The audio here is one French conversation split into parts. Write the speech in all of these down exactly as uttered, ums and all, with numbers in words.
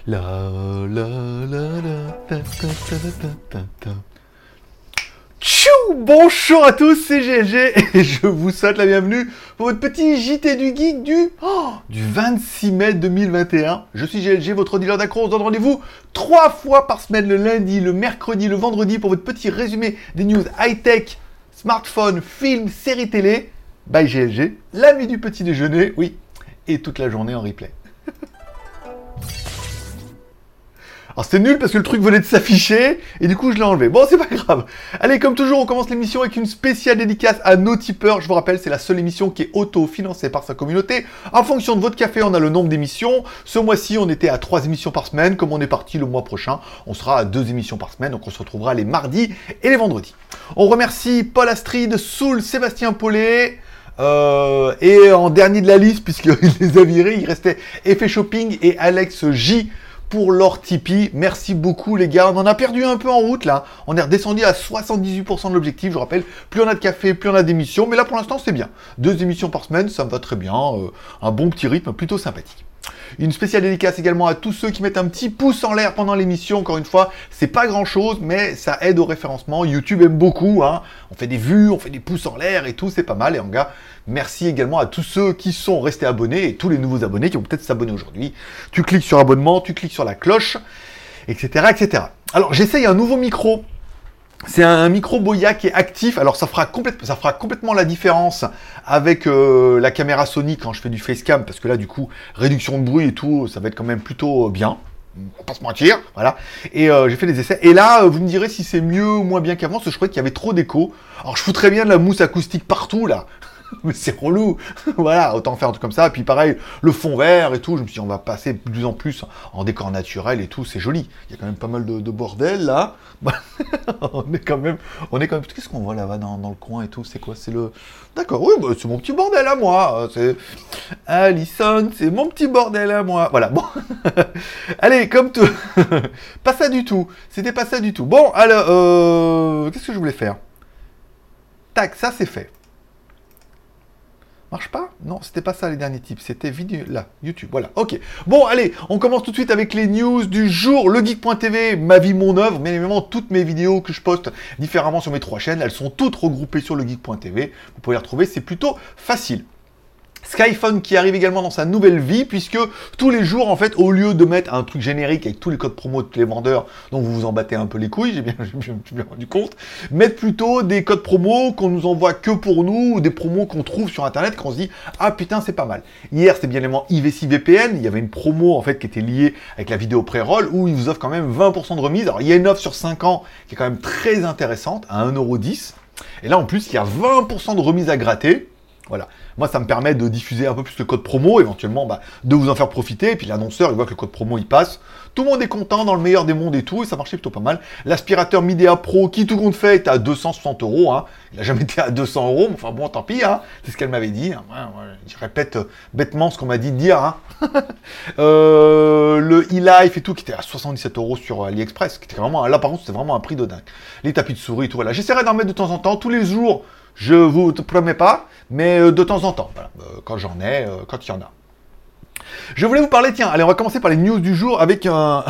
La la la la ta ta ta ta ta ta. Tchou! Bonjour à tous, c'est G L G et je vous souhaite la bienvenue pour votre petit J T du Geek du, oh, du vingt-six mai deux mille vingt et un. Je suis G L G, votre dealer d'accro. On se donne rendez-vous trois fois par semaine, le lundi, le mercredi, le vendredi, pour votre petit résumé des news high-tech, smartphone, films, séries télé. Bye G L G, l'ami du petit déjeuner, oui, et toute la journée en replay. Alors c'était nul parce que le truc venait de s'afficher et du coup je l'ai enlevé. Bon, c'est pas grave. Allez, comme toujours, on commence l'émission avec une spéciale dédicace à nos tipeurs. Je vous rappelle, c'est la seule émission qui est auto-financée par sa communauté. En fonction de votre café, on a le nombre d'émissions. Ce mois-ci, on était à trois émissions par semaine. Comme on est parti le mois prochain, on sera à deux émissions par semaine. Donc on se retrouvera les mardis et les vendredis. On remercie Paul Astrid, Soul, Sébastien Paulet. Euh, et en dernier de la liste, puisqu'il les a virés, il restait Effet Shopping et Alex J. pour leur Tipeee. Merci beaucoup les gars, on en a perdu un peu en route là, on est redescendu à soixante-dix-huit pour cent de l'objectif, je rappelle, plus on a de café, plus on a d'émissions, mais là pour l'instant c'est bien, deux émissions par semaine, ça me va très bien, euh, un bon petit rythme plutôt sympathique. Une spéciale dédicace également à tous ceux qui mettent un petit pouce en l'air pendant l'émission. Encore une fois, c'est pas grand chose, mais ça aide au référencement. YouTube aime beaucoup, hein. On fait des vues, on fait des pouces en l'air et tout, c'est pas mal. Et en gars, merci également à tous ceux qui sont restés abonnés et tous les nouveaux abonnés qui vont peut-être s'abonner aujourd'hui. Tu cliques sur abonnement, tu cliques sur la cloche, et cetera, et cetera. Alors, j'essaye un nouveau micro. C'est un micro Boya qui est actif, alors ça fera, complète, ça fera complètement la différence avec euh, la caméra Sony quand je fais du facecam, parce que là du coup, réduction de bruit et tout, ça va être quand même plutôt bien, on va pas se mentir, voilà. Et euh, j'ai fait des essais, et là, vous me direz si c'est mieux ou moins bien qu'avant, parce que je croyais qu'il y avait trop d'écho. Alors je foutrais bien de la mousse acoustique partout là, mais c'est relou, voilà, autant faire un truc comme ça. Et puis pareil, le fond vert et tout, je me suis dit on va passer de plus en plus en décor naturel et tout, c'est joli. Il y a quand même pas mal de, de bordel là. on est quand même, on est quand même. Qu'est-ce qu'on voit là-bas dans, dans le coin et tout? C'est quoi? C'est le. D'accord, oui, bah, c'est mon petit bordel à moi. C'est Alison, c'est mon petit bordel à moi. Voilà, bon. Allez, comme tout. Pas ça du tout. C'était pas ça du tout. Bon, alors, euh... qu'est-ce que je voulais faire? Tac, ça c'est fait. Marche pas? Non, c'était pas ça les derniers tips, c'était vidéo, là, YouTube, voilà, ok. Bon, allez, on commence tout de suite avec les news du jour, legeek point t v, ma vie, mon œuvre, bien évidemment, toutes mes vidéos que je poste différemment sur mes trois chaînes, elles sont toutes regroupées sur legeek point t v, vous pouvez les retrouver, c'est plutôt facile. Skyphone qui arrive également dans sa nouvelle vie, puisque tous les jours, en fait, au lieu de mettre un truc générique avec tous les codes promo de tous les vendeurs, dont vous vous en battez un peu les couilles, j'ai bien, j'ai bien rendu compte, mettre plutôt des codes promo qu'on nous envoie que pour nous, ou des promos qu'on trouve sur Internet, qu'on se dit « Ah putain, c'est pas mal ». Hier, c'était bien évidemment I V C V P N, il y avait une promo, en fait, qui était liée avec la vidéo pré-roll, où ils vous offrent quand même vingt pour cent de remise. Alors, il y a une offre sur cinq ans qui est quand même très intéressante, à un euro dix. Et là, en plus, il y a vingt pour cent de remise à gratter. Voilà. Moi, ça me permet de diffuser un peu plus le code promo, éventuellement, bah, de vous en faire profiter. Et puis l'annonceur, il voit que le code promo, il passe. Tout le monde est content, dans le meilleur des mondes et tout, et ça marchait plutôt pas mal. L'aspirateur Midea Pro, qui tout compte fait, est à deux cent soixante euros. Hein. Il n'a jamais été à deux cents euros, mais enfin bon, tant pis. Hein. C'est ce qu'elle m'avait dit. Hein. Ouais, ouais, je répète euh, bêtement ce qu'on m'a dit de dire. Hein. euh, le e-life et tout, qui était à soixante-dix-sept euros sur AliExpress, qui était vraiment, là par contre, c'était vraiment un prix de dingue. Les tapis de souris et tout, voilà. J'essaierai d'en mettre de temps en temps, tous les jours. Je vous promets pas, mais de temps en temps, voilà, euh, quand j'en ai, euh, quand il y en a. Je voulais vous parler, tiens, allez, on va commencer par les news du jour avec un...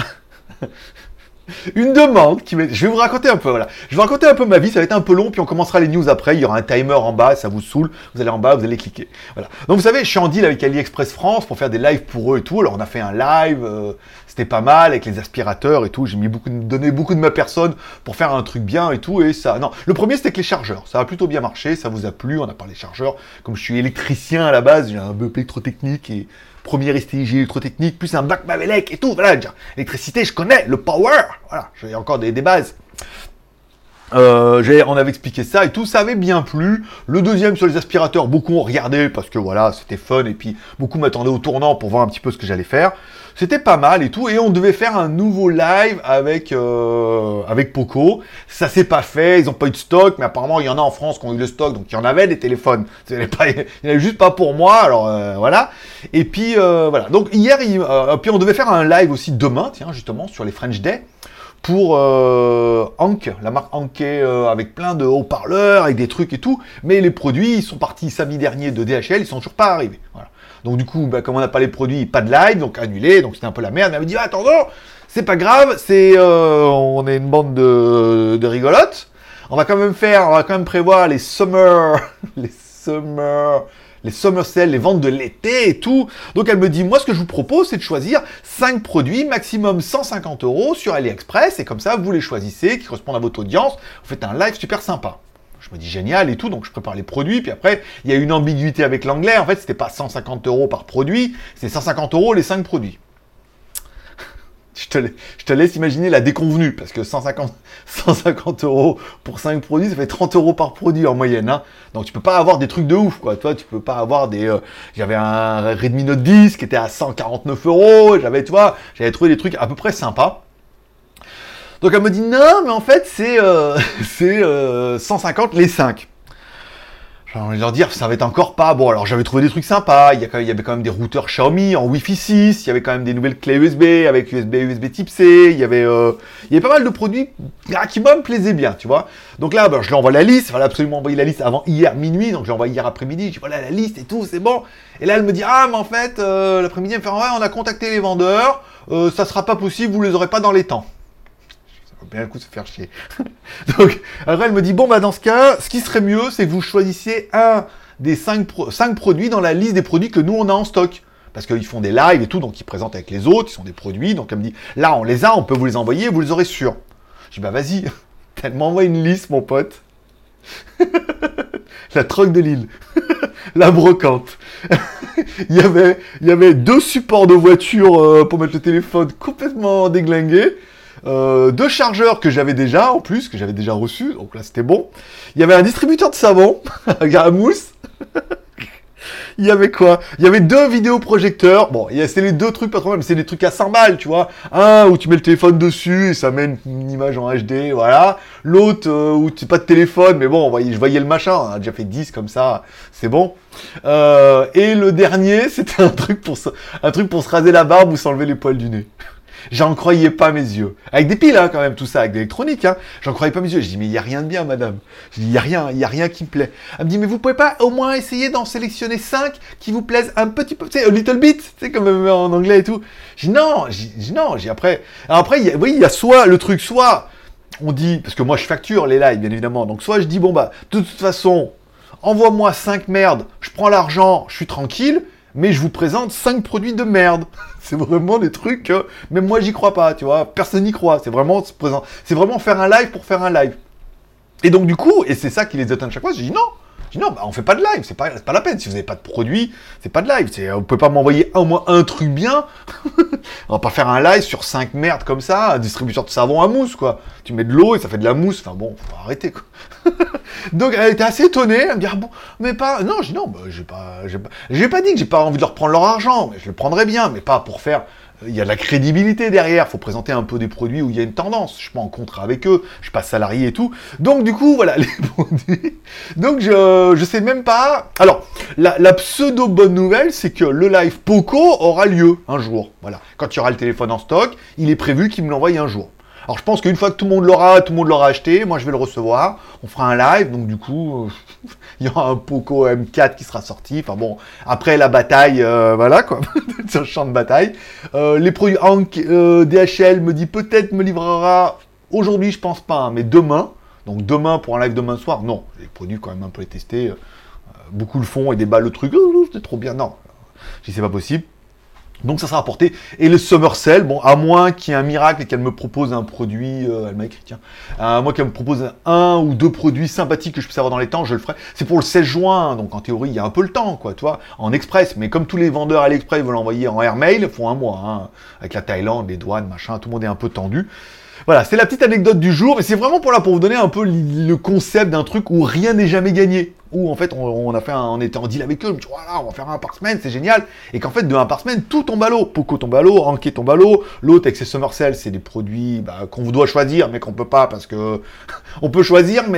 une demande qui m'est... Je vais vous raconter un peu, voilà. Je vais vous raconter un peu ma vie, ça va être un peu long, puis on commencera les news après. Il y aura un timer en bas, ça vous saoule. Vous allez en bas, vous allez cliquer. Voilà. Donc vous savez, je suis en deal avec AliExpress France pour faire des lives pour eux et tout. Alors on a fait un live, euh, c'était pas mal avec les aspirateurs et tout. J'ai mis beaucoup de... donné beaucoup de ma personne pour faire un truc bien et tout. Et ça, non. Le premier, c'était que les chargeurs. Ça a plutôt bien marché, ça vous a plu. On a parlé chargeurs. Comme je suis électricien à la base, j'ai un B E P électrotechnique et première S T I G électrotechnique, plus un bac Mavelec et tout, voilà, l'électricité, je connais, le power, voilà, j'ai encore des, des bases. Euh, j'ai, on avait expliqué ça et tout, ça avait bien plu. Le deuxième sur les aspirateurs, beaucoup ont regardé parce que voilà, c'était fun et puis beaucoup m'attendaient au tournant pour voir un petit peu ce que j'allais faire. C'était pas mal et tout, et on devait faire un nouveau live avec euh, avec Poco. Ça s'est pas fait, ils ont pas eu de stock, mais apparemment il y en a en France qui ont eu le stock, donc il y en avait des téléphones. Il n'y en avait juste pas pour moi, alors euh, voilà. Et puis euh, voilà. Donc hier, il, euh, puis on devait faire un live aussi demain, tiens justement sur les French Day. Pour euh, Anke, la marque Anke, euh, avec plein de haut-parleurs, avec des trucs et tout, mais les produits, ils sont partis samedi dernier de D H L, ils sont toujours pas arrivés. Voilà. Donc du coup, bah, comme on n'a pas les produits, pas de live, donc annulé, donc c'était un peu la merde. Elle m'avait dit, ah, attends, non, c'est pas grave, c'est, euh, on est une bande de, de rigolotes. On va quand même faire, on va quand même prévoir les summer, les summer, les summer sales, les ventes de l'été et tout. Donc elle me dit, moi ce que je vous propose, c'est de choisir cinq produits, maximum cent cinquante euros sur AliExpress, et comme ça, vous les choisissez, qui correspondent à votre audience. Vous faites un live super sympa. Je me dis génial et tout, donc je prépare les produits, puis après, il y a une ambiguïté avec l'anglais. En fait, c'était pas cent cinquante euros par produit, c'est cent cinquante euros les cinq produits. Je te, je te laisse imaginer la déconvenue, parce que cent cinquante, cent cinquante euros pour cinq produits, ça fait trente euros par produit en moyenne. Hein. Donc tu peux pas avoir des trucs de ouf, quoi. Toi, tu peux pas avoir des... Euh, j'avais un Redmi Note dix qui était à cent quarante-neuf euros, j'avais, tu vois, j'avais trouvé des trucs à peu près sympas. Donc elle me dit, non, mais en fait, c'est euh, euh, cent cinquante les cinq. J'ai envie de leur dire, ça va être encore pas. Bon, alors j'avais trouvé des trucs sympas. Il y, a quand même, il y avait quand même des routeurs Xiaomi en Wi-Fi six. Il y avait quand même des nouvelles clés U S B avec U S B, U S B type C. Il y avait, euh, il y avait pas mal de produits qui moi me plaisaient bien, tu vois. Donc là, ben, je lui envoie la liste. Il fallait absolument envoyer la liste avant hier minuit. Donc je l'ai envoyé hier après-midi. Je dis voilà la liste et tout, c'est bon. Et là, elle me dit, ah, mais en fait, euh, l'après-midi, elle me fait, ouais, on a contacté les vendeurs. Euh, ça sera pas possible, vous les aurez pas dans les temps. Bien un coup se faire chier. Donc, après, elle me dit, bon, bah, dans ce cas, ce qui serait mieux, c'est que vous choisissiez un des cinq, pro- cinq produits dans la liste des produits que nous, on a en stock. Parce qu'ils font des lives et tout, donc ils présentent avec les autres, ils sont des produits. Donc, elle me dit, là, on les a, on peut vous les envoyer, vous les aurez sûrs. Je dis, bah, vas-y. Elle m'envoie une liste, mon pote. La troque de Lille. La brocante. il, y avait, il y avait deux supports de voiture euh, pour mettre le téléphone complètement déglingués. Euh, deux chargeurs que j'avais déjà, en plus, que j'avais déjà reçus, donc là c'était bon. Il y avait un distributeur de savon, à mousse. Il y avait quoi? Il y avait deux vidéoprojecteurs. Bon, c'est les deux trucs pas trop mal, mais c'est des trucs à cent balles, tu vois. Un où tu mets le téléphone dessus et ça met une, une image en H D, voilà. L'autre euh, où tu pas de téléphone, mais bon, on voyait, je voyais le machin. On a déjà fait dix comme ça, c'est bon. Euh, et le dernier, c'était un truc pour se, un truc pour se raser la barbe ou s'enlever les poils du nez. J'en croyais pas mes yeux. Avec des piles, hein, quand même, tout ça, avec de l'électronique, hein. J'en croyais pas mes yeux. Je dis, mais il n'y a rien de bien, madame. Je dis, il n'y a rien, il n'y a rien qui me plaît. Elle me dit, mais vous pouvez pas au moins essayer d'en sélectionner cinq qui vous plaisent un petit peu, tu sais, a little bit, tu sais, comme en anglais et tout. Je dis, non, je dis, non, j'ai après. Alors après, il y a, oui, il y a soit le truc, soit on dit, parce que moi je facture les lives, bien évidemment. Donc, soit je dis, bon, bah, de toute façon, envoie-moi cinq merdes, je prends l'argent, je suis tranquille. Mais je vous présente cinq produits de merde. C'est vraiment des trucs que même moi j'y crois pas, tu vois. Personne n'y croit. C'est vraiment se présent. C'est vraiment faire un live pour faire un live. Et donc du coup, et c'est ça qui les étonne chaque fois, je dis non. Je dis non, bah on fait pas de live, c'est pas, c'est pas la peine. Si vous n'avez pas de produit, c'est pas de live. C'est, vous pouvez pas m'envoyer au moins un truc bien. On va pas faire un live sur cinq merdes comme ça, un distributeur de savon à mousse, quoi. Tu mets de l'eau et ça fait de la mousse. Enfin bon, faut arrêter, quoi. Donc elle était assez étonnée, elle me dit ah bon, mais pas, non, je dis non, bah, j'ai pas, j'ai pas, j'ai pas dit que j'ai pas envie de leur prendre leur argent, mais je le prendrais bien, mais pas pour faire. Il y a de la crédibilité derrière, faut présenter un peu des produits où il y a une tendance. Je suis pas en contrat avec eux, je suis pas salarié et tout. Donc du coup, voilà, les produits. Donc je, je sais même pas. Alors, la, la pseudo bonne nouvelle, c'est que le live Poco aura lieu un jour. Voilà, quand il y aura le téléphone en stock, il est prévu qu'il me l'envoie un jour. Alors je pense qu'une fois que tout le monde l'aura, tout le monde l'aura acheté, moi je vais le recevoir, on fera un live, donc du coup, euh, il y aura un Poco M quatre qui sera sorti, enfin bon, après la bataille, euh, voilà quoi, c'est un champ de bataille. Euh, les produits Hank, euh, D H L me dit peut-être me livrera, aujourd'hui je pense pas, hein, mais demain, donc demain pour un live demain soir, non, les produits quand même un peu les tester, euh, beaucoup le font et déballent le truc, oh, c'est trop bien, non, je dis c'est pas possible. Donc ça sera apporté. Et le Summer Sale, bon, à moins qu'il y ait un miracle et qu'elle me propose un produit, euh, elle m'a écrit, tiens, à moins qu'elle me propose un ou deux produits sympathiques que je puisse avoir dans les temps, je le ferai. C'est pour le seize juin, donc en théorie, il y a un peu le temps, quoi, tu vois, en express. Mais comme tous les vendeurs à l'express veulent l'envoyer en airmail, ils font un mois, hein, avec la Thaïlande, les douanes, machin, tout le monde est un peu tendu. Voilà, c'est la petite anecdote du jour, et c'est vraiment pour là pour vous donner un peu le concept d'un truc où rien n'est jamais gagné. Où en fait on, on a fait un, on était en deal avec eux, je me dis voilà, on va faire un par semaine, c'est génial. Et qu'en fait de un par semaine, tout tombe à l'eau. Poco tombe à l'eau, Anki tombe à l'eau, l'autre avec ses summer sales, c'est des produits bah, qu'on doit choisir, mais qu'on peut pas parce que on peut choisir, mais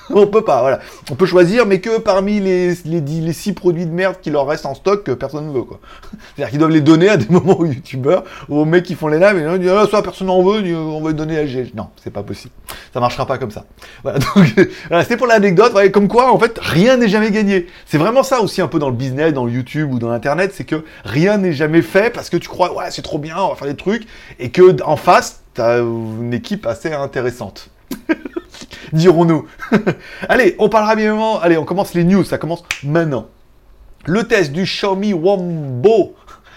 On peut pas, voilà. On peut choisir, mais que parmi les, les, les six produits de merde qui leur restent en stock que personne ne veut, quoi. C'est-à-dire qu'ils doivent les donner à des moments aux youtubeurs, aux mecs qui font les lives, et ils disent, ah, soit personne n'en veut, on va les donner à L G. Non, c'est pas possible. Ça marchera pas comme ça. Voilà, donc, voilà, c'était pour l'anecdote, ouais, comme quoi, en fait, rien n'est jamais gagné. C'est vraiment ça aussi un peu dans le business, dans le YouTube ou dans Internet, c'est que rien n'est jamais fait parce que tu crois, ouais, c'est trop bien, on va faire des trucs, et que en face, t'as une équipe assez intéressante. Dirons-nous. Allez, on parlera bien évidemment. Allez, on commence les news. Ça commence maintenant. Le test du Xiaomi Wambo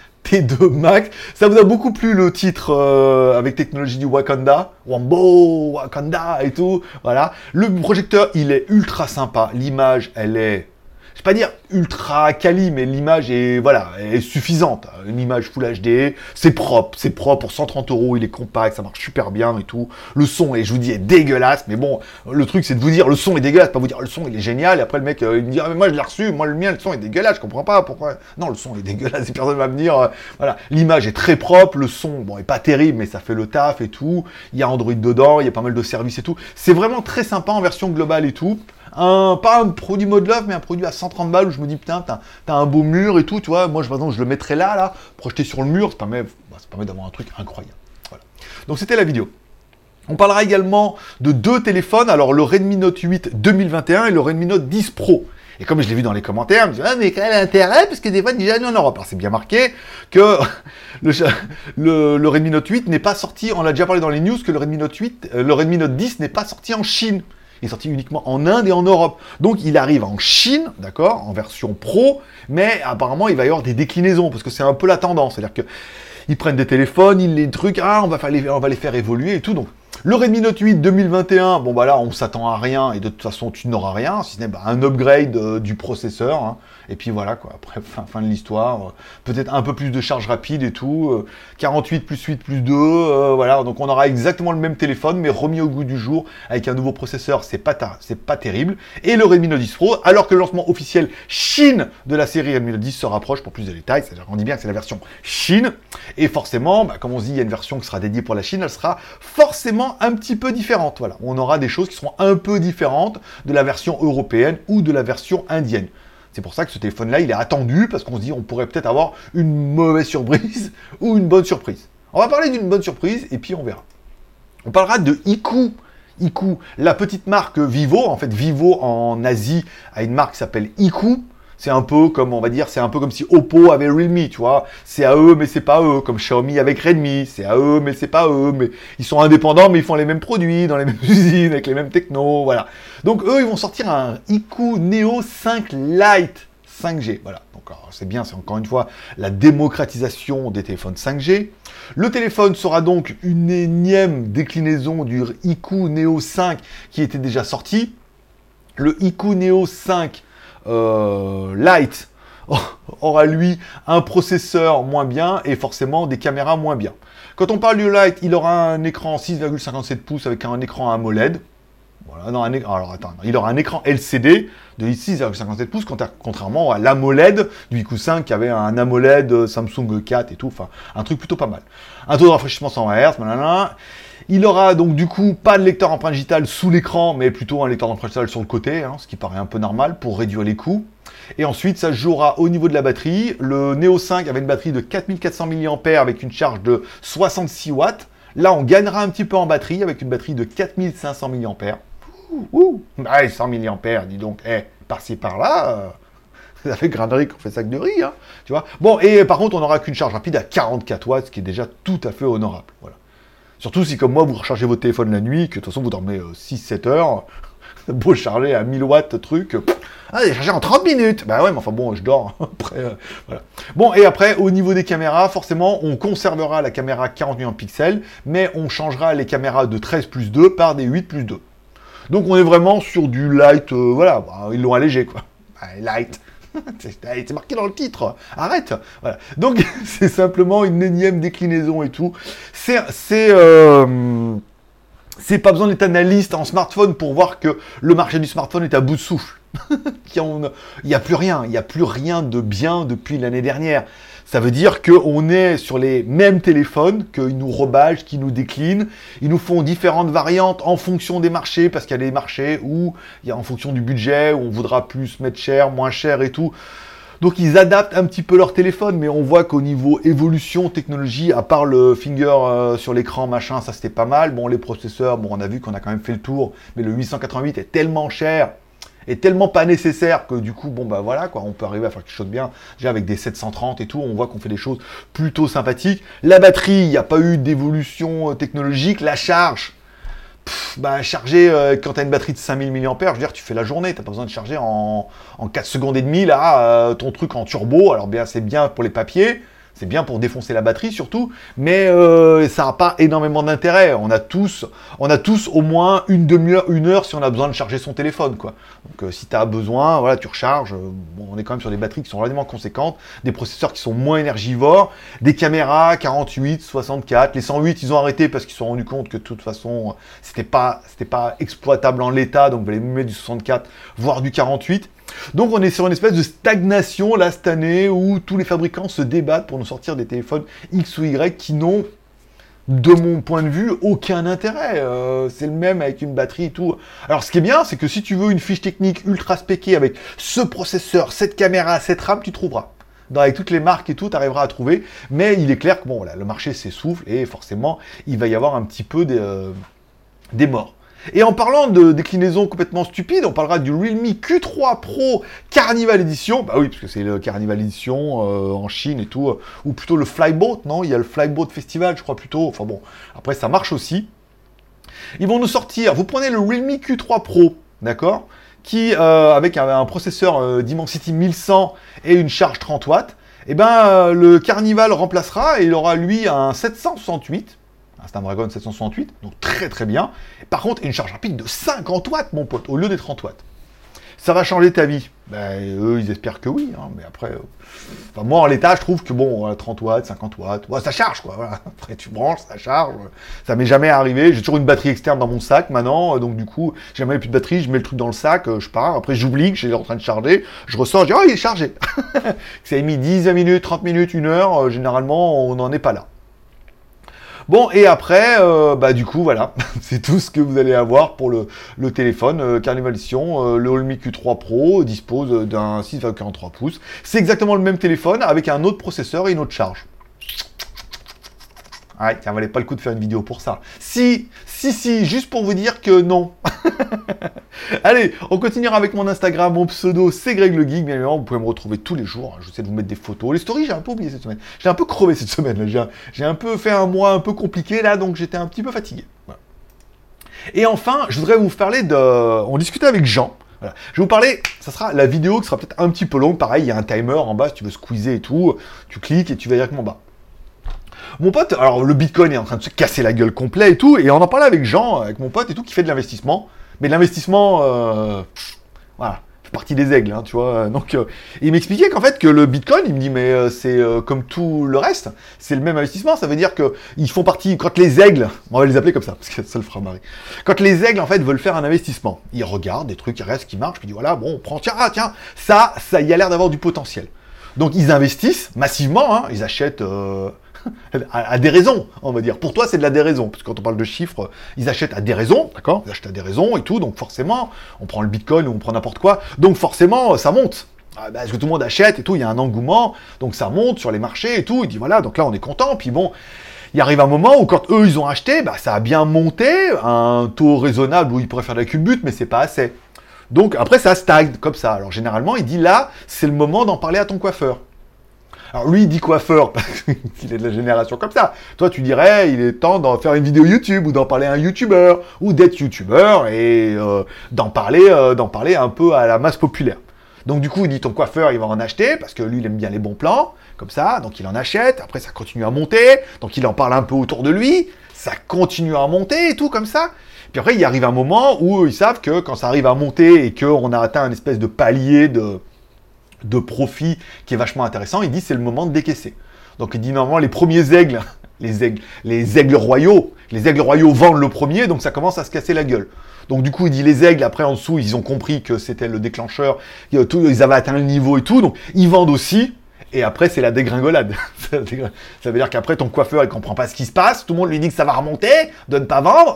T deux Max. Ça vous a beaucoup plu le titre euh, avec technologie du Wakanda. Wambo, Wakanda et tout. Voilà. Le projecteur, il est ultra sympa. L'image, elle est... Je vais pas dire ultra quali, mais l'image est, voilà, est suffisante. Une image Full H D, c'est propre, c'est propre pour cent trente euros, il est compact, ça marche super bien et tout. Le son, est, je vous dis, est dégueulasse, mais bon, le truc c'est de vous dire le son est dégueulasse, pas vous dire le son il est génial, et après le mec euh, il me dit ah, mais moi je l'ai reçu, moi le mien le son est dégueulasse, je comprends pas pourquoi. Non, le son est dégueulasse et personne va me dire, euh, voilà, l'image est très propre, le son, bon, est pas terrible, mais ça fait le taf et tout. Il y a Android dedans, il y a pas mal de services et tout. C'est vraiment très sympa en version globale et tout. Un, pas un produit mode love, mais un produit à cent trente balles où je me dis, putain, t'as, t'as un beau mur et tout, tu vois. Moi, je, par exemple, je le mettrais là, là, projeté sur le mur, ça permet, bah, ça permet d'avoir un truc incroyable. Voilà. Donc, c'était la vidéo. On parlera également de deux téléphones, alors le Redmi Note huit deux mille vingt et un et le Redmi Note dix Pro. Et comme je l'ai vu dans les commentaires, je me dis, ah, mais quel intérêt, parce que des fois, déjà, nous en Europe. Alors, c'est bien marqué que le, le, le Redmi Note huit n'est pas sorti, on l'a déjà parlé dans les news, que le Redmi Note huit, euh, le Redmi Note dix n'est pas sorti en Chine. Il est sorti uniquement en Inde et en Europe. Donc, il arrive en Chine, d'accord, en version pro, mais apparemment, il va y avoir des déclinaisons, parce que c'est un peu la tendance. C'est-à-dire que ils prennent des téléphones, ils les trucs, ah, on va, faire les, on va les faire évoluer et tout. Donc, le Redmi Note huit deux mille vingt et un, bon, bah là, on s'attend à rien, et de toute façon, tu n'auras rien, si ce n'est bah, un upgrade euh, du processeur, hein. Et puis voilà, quoi, après, fin, fin de l'histoire, euh, peut-être un peu plus de charge rapide et tout, euh, quarante-huit plus huit plus deux, euh, voilà, donc on aura exactement le même téléphone, mais remis au goût du jour, avec un nouveau processeur, c'est pas, c'est pas terrible. Et le Redmi Note dix Pro, alors que le lancement officiel Chine de la série Redmi Note dix se rapproche pour plus de détails, c'est-à-dire qu'on dit bien que c'est la version Chine, et forcément, bah, comme on se dit, il y a une version qui sera dédiée pour la Chine, elle sera forcément un petit peu différente, voilà. On aura des choses qui seront un peu différentes de la version européenne ou de la version indienne. C'est pour ça que ce téléphone-là, il est attendu, parce qu'on se dit on pourrait peut-être avoir une mauvaise surprise ou une bonne surprise. On va parler d'une bonne surprise, et puis on verra. On parlera de Iku. Iku, la petite marque Vivo, en fait Vivo en Asie a une marque qui s'appelle Iku. C'est un peu comme, on va dire, c'est un peu comme si Oppo avait Realme, tu vois. C'est à eux, mais c'est pas eux. Comme Xiaomi avec Redmi, c'est à eux, mais c'est pas eux. Mais ils sont indépendants, mais ils font les mêmes produits, dans les mêmes usines, avec les mêmes technos, voilà. Donc eux, ils vont sortir un Iku Neo cinq Lite cinq G, voilà. Donc c'est bien, c'est encore une fois la démocratisation des téléphones cinq G. Le téléphone sera donc une énième déclinaison du Iku Neo cinq qui était déjà sorti. Le Iku Neo cinq Euh, Lite aura lui un processeur moins bien et forcément des caméras moins bien. Quand on parle du Lite, il aura un écran six virgule cinquante-sept pouces avec un écran AMOLED. Voilà, non, un écran, alors attends, il aura un écran L C D de six virgule cinquante-sept pouces, contrairement à l'AMOLED du Iku cinq qui avait un AMOLED Samsung quatre et tout, enfin un truc plutôt pas mal. Un taux de rafraîchissement cent vingt hertz, blablabla. Il aura donc du coup pas de lecteur empreinte digitale sous l'écran, mais plutôt un lecteur d'empreinte digitale sur le côté, hein, ce qui paraît un peu normal pour réduire les coûts. Et ensuite, ça se jouera au niveau de la batterie. Le Neo cinq avait une batterie de quatre mille quatre cents milliampères avec une charge de soixante-six watts. Là, on gagnera un petit peu en batterie avec une batterie de quatre mille cinq cents milliampères. Ouh, ouh. Ah, cent milliampères, dis donc, eh, par-ci par-là... Euh... Ça fait grainerie qu'on fait sac de riz, hein, tu vois. Bon, et par contre, on n'aura qu'une charge rapide à quarante-quatre watts, ce qui est déjà tout à fait honorable, voilà. Surtout si, comme moi, vous rechargez votre téléphone la nuit, que de toute façon, vous dormez euh, six sept heures, beau charger à mille watts, truc, ah, il est chargé en trente minutes. Bah ouais, mais enfin bon, je dors, après, euh, voilà. Bon, et après, au niveau des caméras, forcément, on conservera la caméra quarante millions de pixels, mais on changera les caméras de treize plus deux par des huit plus deux. Donc, on est vraiment sur du light, euh, voilà, bah, ils l'ont allégé, quoi. Bah, light. C'est marqué dans le titre, arrête, voilà. Donc c'est simplement une énième déclinaison et tout. C'est c'est euh, c'est pas besoin d'être analyste en smartphone pour voir que le marché du smartphone est à bout de souffle. Il n'y a plus rien, il n'y a plus rien de bien depuis l'année dernière. Ça veut dire qu'on est sur les mêmes téléphones, qu'ils nous rebadgent, qu'ils nous déclinent. Ils nous font différentes variantes en fonction des marchés, parce qu'il y a des marchés où, il y a en fonction du budget, où on voudra plus mettre cher, moins cher et tout. Donc ils adaptent un petit peu leur téléphone, mais on voit qu'au niveau évolution, technologie, à part le finger euh, sur l'écran, machin, ça c'était pas mal. Bon, les processeurs, bon, on a vu qu'on a quand même fait le tour, mais le huit cent quatre-vingt-huit est tellement cher, et tellement pas nécessaire que du coup, bon bah voilà, quoi, on peut arriver à faire quelque chose de bien. Déjà avec des sept cent trente et tout, on voit qu'on fait des choses plutôt sympathiques. La batterie, il n'y a pas eu d'évolution technologique. La charge, Pff, bah, charger euh, quand tu as une batterie de cinq mille milliampères heure, je veux dire, tu fais la journée, tu n'as pas besoin de charger en, en quatre secondes et demie, là, euh, ton truc en turbo. Alors bien, c'est bien pour les papiers, c'est bien pour défoncer la batterie surtout, mais euh, ça n'a pas énormément d'intérêt. On a tous, on a tous au moins une demi-heure, une heure si on a besoin de charger son téléphone, quoi. Donc euh, si tu as besoin, voilà, tu recharges. Euh, bon, on est quand même sur des batteries qui sont relativement conséquentes, des processeurs qui sont moins énergivores, des caméras quarante-huit, soixante-quatre. Les cent huit, ils ont arrêté parce qu'ils se sont rendus compte que de toute façon, c'était pas, c'était pas exploitable en l'état, donc il fallait mettre du soixante-quatre, voire du quarante-huit. Donc on est sur une espèce de stagnation là cette année où tous les fabricants se débattent pour nous sortir des téléphones X ou Y qui n'ont, de mon point de vue, aucun intérêt. Euh, c'est le même avec une batterie et tout. Alors ce qui est bien, c'est que si tu veux une fiche technique ultra spéquée avec ce processeur, cette caméra, cette RAM, tu trouveras. Dans, avec toutes les marques et tout, tu arriveras à trouver. Mais il est clair que bon, voilà, le marché s'essouffle et forcément, il va y avoir un petit peu des, euh, des morts. Et en parlant de déclinaison complètement stupide, on parlera du Realme Q trois Pro Carnival Edition. Bah oui, parce que c'est le Carnival Edition euh, en Chine et tout. Euh, ou plutôt le Flyboat, non? Il y a le Flyboat Festival, je crois plutôt. Enfin bon, après ça marche aussi. Ils vont nous sortir, vous prenez le Realme Q trois Pro, d'accord? Qui, euh, avec un, un processeur euh, Dimensity mille cent et une charge trente watts, et ben euh, le Carnival remplacera et il aura lui un sept cent soixante-huit. Un Snapdragon sept cent soixante-huit, donc très très bien. Par contre, une charge rapide de cinquante watts, mon pote, au lieu des trente watts. Ça va changer ta vie? Ben, eux, ils espèrent que oui, hein, mais après... Euh... Enfin, moi, en l'état, je trouve que bon, trente watts, cinquante watts, ouais, ça charge, quoi, voilà. Après, tu branches, ça charge. Ça m'est jamais arrivé. J'ai toujours une batterie externe dans mon sac, maintenant, donc du coup, j'ai jamais plus de batterie, je mets le truc dans le sac, je pars, après, j'oublie que j'ai en train de charger, je ressors, je dis, oh, il est chargé. Ça a mis dix minutes, trente minutes, une heure, euh, généralement, on n'en est pas là. Bon, et après, euh, bah du coup, voilà, c'est tout ce que vous allez avoir pour le, le téléphone euh, Carnival Edition. Euh, le Realme Q trois Pro dispose d'un six virgule quarante-trois pouces. C'est exactement le même téléphone avec un autre processeur et une autre charge. Ouais, ça valait pas le coup de faire une vidéo pour ça. Si, si, si, juste pour vous dire que non. Allez, on continuera avec mon Instagram, mon pseudo, c'est Greg le Geek. Bien évidemment, vous pouvez me retrouver tous les jours. J'essaie de vous mettre des photos. Les stories, j'ai un peu oublié cette semaine. J'ai un peu crevé cette semaine. J'ai un, j'ai un peu fait un mois un peu compliqué là, donc j'étais un petit peu fatigué. Voilà. Et enfin, je voudrais vous parler de... On discutait avec Jean. Voilà. Je vais vous parler, ça sera la vidéo qui sera peut-être un petit peu longue. Pareil, il y a un timer en bas si tu veux squeezer et tout. Tu cliques et tu vas directement en bas. Mon pote, alors le Bitcoin est en train de se casser la gueule complet et tout, et on en parlait avec Jean, avec mon pote et tout, qui fait de l'investissement. Mais de l'investissement, euh, voilà, fait partie des aigles, hein, tu vois. Donc, euh, il m'expliquait qu'en fait, que le Bitcoin, il me dit, mais euh, c'est euh, comme tout le reste, c'est le même investissement. Ça veut dire qu'ils font partie, quand les aigles, on va les appeler comme ça, parce que ça le fera marrer. Quand les aigles, en fait, veulent faire un investissement, ils regardent des trucs, ils restent, qui marchent, puis ils disent, voilà, bon, on prend, tiens, ah, tiens, ça, ça y a l'air d'avoir du potentiel. Donc, ils investissent massivement, hein, ils achètent... Euh, à, à des raisons, on va dire. Pour toi, c'est de la déraison, parce que quand on parle de chiffres, ils achètent à des raisons, d'accord? Ils achètent à des raisons et tout, donc forcément, on prend le Bitcoin ou on prend n'importe quoi, donc forcément, ça monte. Ah, bah, parce que tout le monde achète et tout, il y a un engouement, donc ça monte sur les marchés et tout, il dit voilà, donc là, on est content, puis bon, il arrive un moment où quand eux, ils ont acheté, bah, ça a bien monté, à un taux raisonnable où ils pourraient faire de la culbute, mais c'est pas assez. Donc après, ça stagne, comme ça. Alors généralement, il dit là, c'est le moment d'en parler à ton coiffeur. Alors lui, il dit coiffeur, parce qu'il est de la génération comme ça. Toi, tu dirais, il est temps d'en faire une vidéo YouTube, ou d'en parler à un YouTuber, ou d'être YouTuber, et euh, d'en parler, euh, d'en parler un peu à la masse populaire. Donc du coup, il dit ton coiffeur, il va en acheter, parce que lui, il aime bien les bons plans, comme ça, donc il en achète, après ça continue à monter, donc il en parle un peu autour de lui, ça continue à monter et tout, comme ça. Puis après, il arrive un moment où ils savent que quand ça arrive à monter, et qu'on a atteint une espèce de palier de... de profit qui est vachement intéressant, il dit c'est le moment de décaisser. Donc il dit normalement les premiers aigles, les aigles, les aigles royaux, les aigles royaux vendent le premier, donc ça commence à se casser la gueule. Donc du coup il dit les aigles, après en dessous ils ont compris que c'était le déclencheur, ils avaient atteint le niveau et tout, donc ils vendent aussi, Et après, c'est la dégringolade. Ça veut dire qu'après, ton coiffeur, il comprend pas ce qui se passe. Tout le monde lui dit que ça va remonter, de ne pas vendre.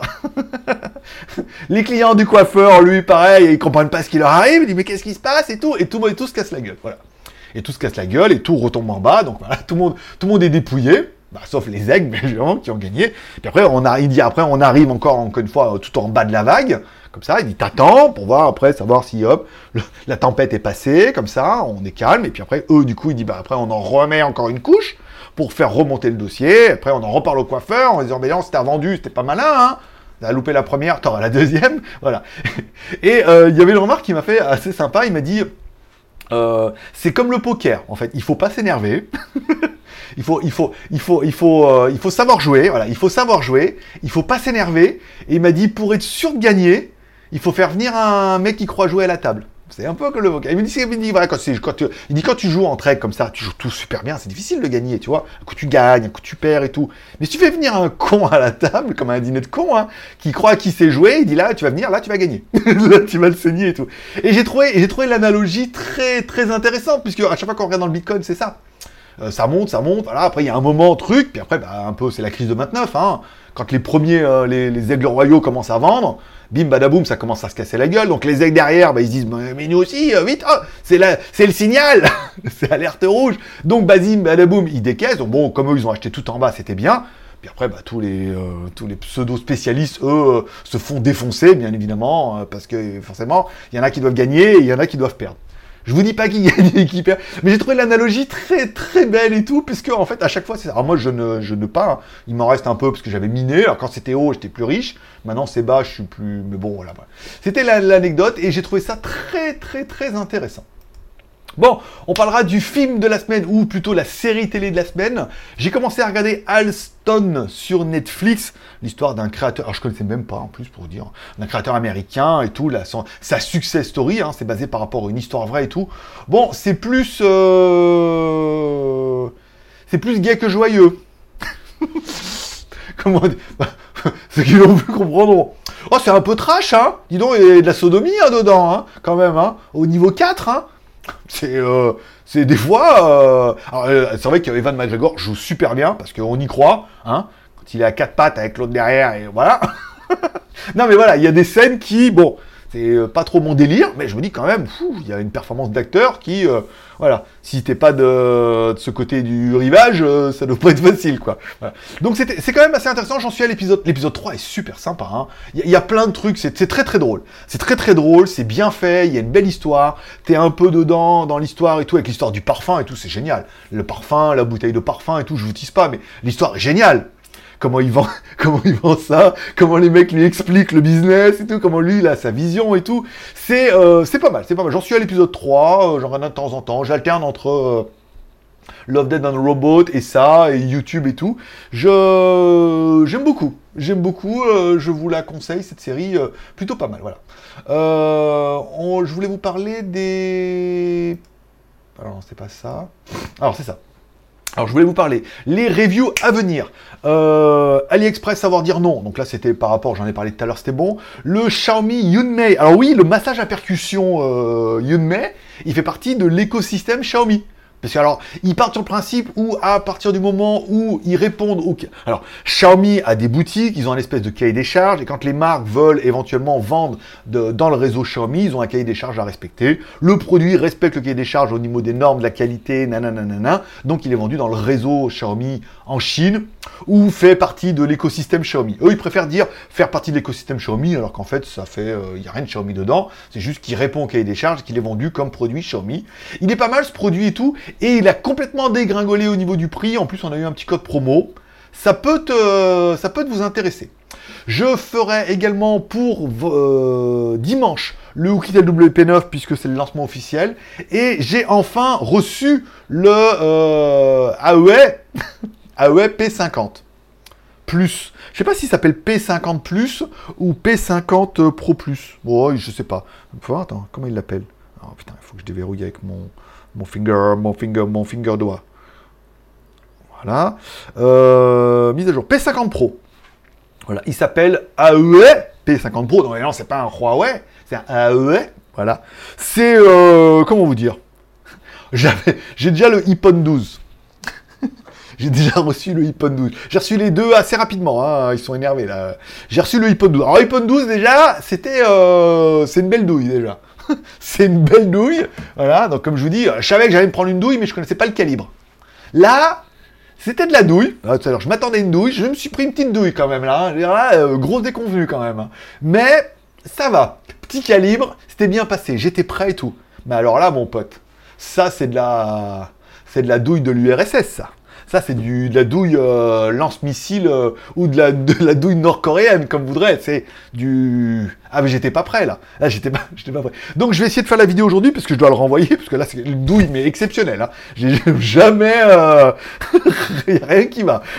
Les clients du coiffeur, lui, pareil, ils comprennent pas ce qui leur arrive. Ils disent, mais qu'est-ce qui se passe et tout. Et tout, et tout se casse la gueule. Voilà. Et tout se casse la gueule et tout retombe en bas. Donc voilà, tout le monde, tout le monde est dépouillé. Bah, sauf les aigles, mais évidemment, qui ont gagné. Puis après, on a, il dit, après, on arrive encore, encore une fois, tout en bas de la vague. Comme ça, il dit, t'attends pour voir après, savoir si, hop, le, la tempête est passée, comme ça, on est calme. Et puis après, eux, du coup, il dit, bah, après, on en remet encore une couche pour faire remonter le dossier. Après, on en reparle au coiffeur en disant, mais non, c'était vendu, c'était pas malin, hein. T'as loupé la première, t'auras la deuxième. Voilà. Et euh, il y avait une remarque qui m'a fait assez sympa. Il m'a dit, euh, c'est comme le poker, en fait. Il faut pas s'énerver. Il faut, il faut, il faut, il faut, euh, il faut savoir jouer. Voilà, il faut savoir jouer. Il faut pas s'énerver. Et il m'a dit, pour être sûr de gagner, il faut faire venir un mec qui croit jouer à la table. C'est un peu comme le vocal. Il me dit, il me dit, voilà, quand, quand tu, il dit, quand tu joues en trek comme ça, tu joues tout super bien, c'est difficile de gagner, tu vois. Un coup tu gagnes, un coup tu perds et tout. Mais si tu fais venir un con à la table, comme un dîner de con, hein, qui croit qu'il sait jouer, il dit là, tu vas venir, là, tu vas gagner. Là, tu vas le saigner et tout. Et j'ai trouvé, j'ai trouvé l'analogie très, très intéressante, puisque à chaque fois qu'on regarde dans le Bitcoin, c'est ça. Euh, ça monte, ça monte, voilà, après il y a un moment, truc, puis après, bah, un peu, c'est la crise de vingt-neuf, hein. Quand les premiers, euh, les, les aigles royaux commencent à vendre, bim, badaboum, ça commence à se casser la gueule. Donc les aigles derrière, bah, ils se disent, mais nous aussi, euh, vite, oh, c'est, la, c'est le signal, c'est alerte rouge. Donc bazim, badaboum, ils décaissent. Donc bon, comme eux, ils ont acheté tout en bas, c'était bien. Puis après, bah, tous les, euh, tous les pseudo-spécialistes, eux, euh, se font défoncer, bien évidemment, euh, parce que forcément, il y en a qui doivent gagner et il y en a qui doivent perdre. Je vous dis pas qui gagne et qui perd, mais j'ai trouvé l'analogie très très belle et tout, puisque en fait à chaque fois c'est ça. Alors moi je ne je ne pas, hein. Il m'en reste un peu parce que j'avais miné. Alors quand c'était haut j'étais plus riche, maintenant c'est bas je suis plus, mais bon voilà. voilà. C'était la, l'anecdote et j'ai trouvé ça très très très intéressant. Bon, on parlera du film de la semaine, ou plutôt la série télé de la semaine. J'ai commencé à regarder Alston sur Netflix, l'histoire d'un créateur, alors je connaissais même pas en plus pour vous dire, d'un créateur américain et tout, là, son, sa success story, hein, c'est basé par rapport à une histoire vraie et tout. Bon, c'est plus... Euh... C'est plus gay que joyeux. Comment dire? Ceux qui l'ont vu comprendront. Oh, c'est un peu trash, hein. Dis donc, il y a de la sodomie hein, dedans, hein, quand même, hein, au niveau quatre, hein. C'est, euh, c'est des fois... Euh... Alors, euh, c'est vrai qu'Evan McGregor joue super bien, parce qu'on y croit, hein, quand il est à quatre pattes avec l'autre derrière, et voilà. Non mais voilà, il y a des scènes qui, bon, c'est pas trop mon délire, mais je me dis quand même, il y a une performance d'acteur qui, euh, voilà, si t'es pas de, de ce côté du rivage, euh, ça doit pas être facile, quoi. Voilà. Donc c'était, c'est quand même assez intéressant, j'en suis à l'épisode, l'épisode trois est super sympa, hein. Il y, y a plein de trucs, c'est, c'est très très drôle. C'est très très drôle, c'est bien fait, il y a une belle histoire, t'es un peu dedans, dans l'histoire et tout, avec l'histoire du parfum et tout, c'est génial. Le parfum, la bouteille de parfum et tout, je vous tease pas, mais l'histoire est géniale. Comment il vend, comment il vend ça, comment les mecs lui expliquent le business et tout, comment lui il a sa vision et tout. C'est, euh, c'est pas mal, c'est pas mal. J'en suis à l'épisode trois, euh, j'en regarde de temps en temps, j'alterne entre euh, Love, Death and Robot et ça, et YouTube et tout. Je, j'aime beaucoup, j'aime beaucoup, euh, je vous la conseille, cette série, euh, plutôt pas mal, voilà. Euh, on, je voulais vous parler des... Alors non, c'est pas ça. Alors c'est ça. Alors je voulais vous parler, les reviews à venir. Euh, AliExpress, savoir dire non. Donc là c'était par rapport, j'en ai parlé tout à l'heure, c'était bon. Le Xiaomi Yunmei. Alors oui, le massage à percussion euh, Yunmei, il fait partie de l'écosystème Xiaomi. Parce que alors, ils partent sur le principe où, à partir du moment où ils répondent au... Alors, Xiaomi a des boutiques, ils ont un espèce de cahier des charges, et quand les marques veulent éventuellement vendre de, dans le réseau Xiaomi, ils ont un cahier des charges à respecter. Le produit respecte le cahier des charges au niveau des normes, de la qualité, nanana, donc il est vendu dans le réseau Xiaomi en Chine, ou fait partie de l'écosystème Xiaomi. Eux, ils préfèrent dire faire partie de l'écosystème Xiaomi, alors qu'en fait, ça fait... Il euh, n'y a rien de Xiaomi dedans, c'est juste qu'il répond au cahier des charges, qu'il est vendu comme produit Xiaomi. Il est pas mal, ce produit et tout, et il a complètement dégringolé au niveau du prix. En plus, on a eu un petit code promo. Ça peut te, ça peut te vous intéresser. Je ferai également pour euh, dimanche le Oukitel W P neuf puisque c'est le lancement officiel. Et j'ai enfin reçu le euh, A E E, A E E P cinquante plus. Je sais pas s'il s'appelle P cinquante plus ou P cinquante Pro plus. Bon, je sais pas. Faut voir, attends, comment il l'appelle? Oh putain, il faut que je déverrouille avec mon... Mon finger, mon finger, mon finger doigt. Voilà. Euh, mise à jour. P cinquante Pro. Voilà. Il s'appelle A E E P cinquante Pro. Non, non, c'est pas un Huawei. C'est un A E E. Voilà. C'est, euh, comment vous dire? J'avais, j'ai déjà le iPhone douze. J'ai déjà reçu le iPhone douze. J'ai reçu les deux assez rapidement, hein. Ils sont énervés là. J'ai reçu le iPhone douze. Alors iPhone douze déjà, c'était, euh, c'est une belle douille déjà. C'est une belle douille, voilà. Donc comme je vous dis, je savais que j'allais me prendre une douille, mais je connaissais pas le calibre. Là, c'était de la douille. Alors je m'attendais à une douille, je me suis pris une petite douille quand même là. Hein. Là, euh, grosse déconvenue quand même. Hein. Mais ça va, petit calibre, c'était bien passé. J'étais prêt et tout. Mais alors là, mon pote, ça c'est de la, c'est de la douille de l'U R S S, ça. Ça, c'est du, de la douille euh, lance-missile euh, ou de la, de la douille nord-coréenne, comme vous voudrez. C'est du... Ah, mais j'étais pas prêt, là. Là, j'étais pas, j'étais pas prêt. Donc, je vais essayer de faire la vidéo aujourd'hui, parce que je dois le renvoyer, parce que là, c'est une douille, mais exceptionnelle. Hein. J'ai jamais... Euh... Il n'y a rien qui va.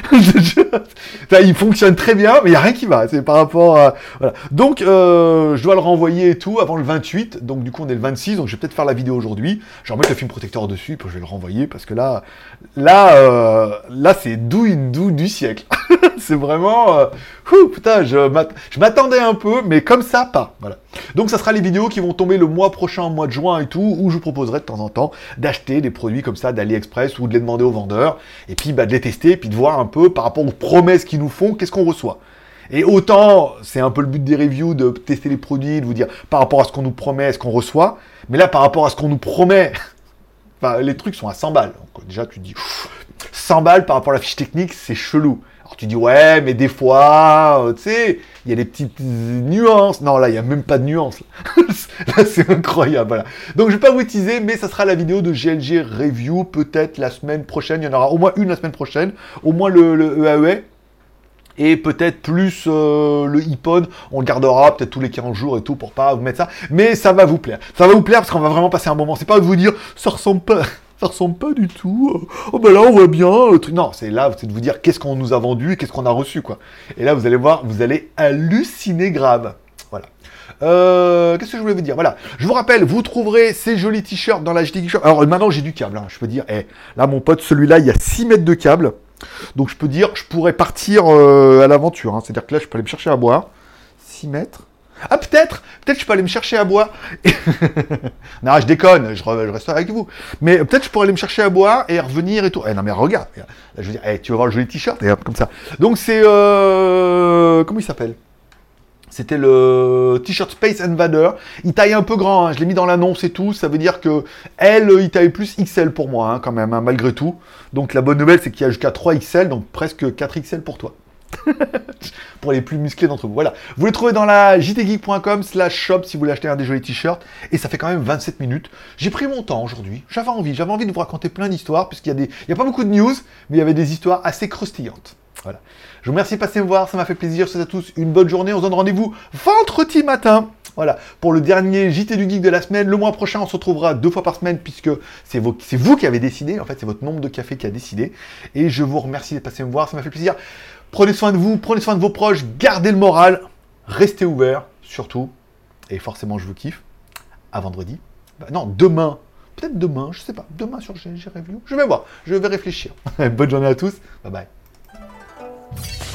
Enfin, il fonctionne très bien, mais il n'y a rien qui va. C'est par rapport à... Voilà. Donc, euh, je dois le renvoyer et tout avant le vingt-huit. Donc, du coup, on est le vingt-six. Donc, je vais peut-être faire la vidéo aujourd'hui. Je vais remettre le film protecteur dessus, puis je vais le renvoyer, parce que là... Là, euh, là c'est douille, douille du siècle. C'est vraiment... Euh, ouh, putain, je m'attendais un peu, mais comme ça, pas. Voilà. Donc, ça sera les vidéos qui vont tomber le mois prochain, au mois de juin et tout, où je vous proposerai de temps en temps d'acheter des produits comme ça d'AliExpress ou de les demander aux vendeurs, et puis bah, de les tester, puis de voir un peu par rapport aux promesses qu'ils nous font, qu'est-ce qu'on reçoit. Et autant, c'est un peu le but des reviews, de tester les produits, de vous dire par rapport à ce qu'on nous promet, ce qu'on reçoit, mais là, par rapport à ce qu'on nous promet... Enfin, les trucs sont à cent balles. Donc, déjà, tu te dis, pff, cent balles par rapport à la fiche technique, c'est chelou. Alors, tu dis, ouais, mais des fois, euh, tu sais, il y a des petites nuances. Non, là, il n'y a même pas de nuances. Là, là c'est incroyable. Voilà. Donc, je ne vais pas vous teaser, mais ça sera la vidéo de G L G Review, peut-être la semaine prochaine. Il y en aura au moins une la semaine prochaine. Au moins le, le E A E A. Et peut-être plus euh, le iPhone, on le gardera peut-être tous les quinze jours et tout pour pas vous mettre ça. Mais ça va vous plaire. Ça va vous plaire parce qu'on va vraiment passer un moment. C'est pas de vous dire, ça ressemble pas, ça ressemble pas du tout. Oh ben là on voit bien le truc. Non, c'est là, c'est de vous dire qu'est-ce qu'on nous a vendu et qu'est-ce qu'on a reçu quoi. Et là vous allez voir, vous allez halluciner grave. Voilà. Euh, qu'est-ce que je voulais vous dire? Voilà. Je vous rappelle, vous trouverez ces jolis t-shirts dans la J T Geek Shop. Alors maintenant j'ai du câble. Hein. Je peux dire, eh, là mon pote, celui-là, il y a six mètres de câble. Donc je peux dire, je pourrais partir euh, à l'aventure. Hein. C'est-à-dire que là, je peux aller me chercher à boire. six mètres. Ah, peut-être Peut-être je peux aller me chercher à boire. Et... non, je déconne, je, re, je reste avec vous. Mais peut-être je pourrais aller me chercher à boire et revenir et tout. Eh non, mais regarde. Là, je veux dire, eh, tu vas voir le joli t-shirt et hop, comme ça. Donc c'est... Euh... Comment il s'appelle? C'était le t-shirt Space Invader. Il taille un peu grand, hein. Je l'ai mis dans l'annonce et tout. Ça veut dire que L, il taille plus X L pour moi, hein, quand même, hein, malgré tout. Donc la bonne nouvelle, c'est qu'il y a jusqu'à trois X L, donc presque quatre X L pour toi. Pour les plus musclés d'entre vous. Voilà. Vous les trouvez dans la jtgeek point com slash shop si vous voulez acheter un des jolis t-shirts. Et ça fait quand même vingt-sept minutes. J'ai pris mon temps aujourd'hui. J'avais envie. J'avais envie de vous raconter plein d'histoires, puisqu'il y a des... Il n'y a pas beaucoup de news, mais il y avait des histoires assez croustillantes. Voilà. Je vous remercie de passer me voir, ça m'a fait plaisir. Je vous souhaite à tous une bonne journée. On se donne rendez-vous vendredi matin. Voilà, pour le dernier J T du Geek de la semaine. Le mois prochain, on se retrouvera deux fois par semaine, puisque c'est vous, c'est vous qui avez décidé. En fait, c'est votre nombre de cafés qui a décidé. Et je vous remercie de passer me voir, ça m'a fait plaisir. Prenez soin de vous, prenez soin de vos proches, gardez le moral, restez ouverts, surtout. Et forcément, je vous kiffe. À vendredi. Bah, non, demain. Peut-être demain, je sais pas. Demain sur G L G Review. Je vais voir, je vais réfléchir. Bonne journée à tous. Bye bye.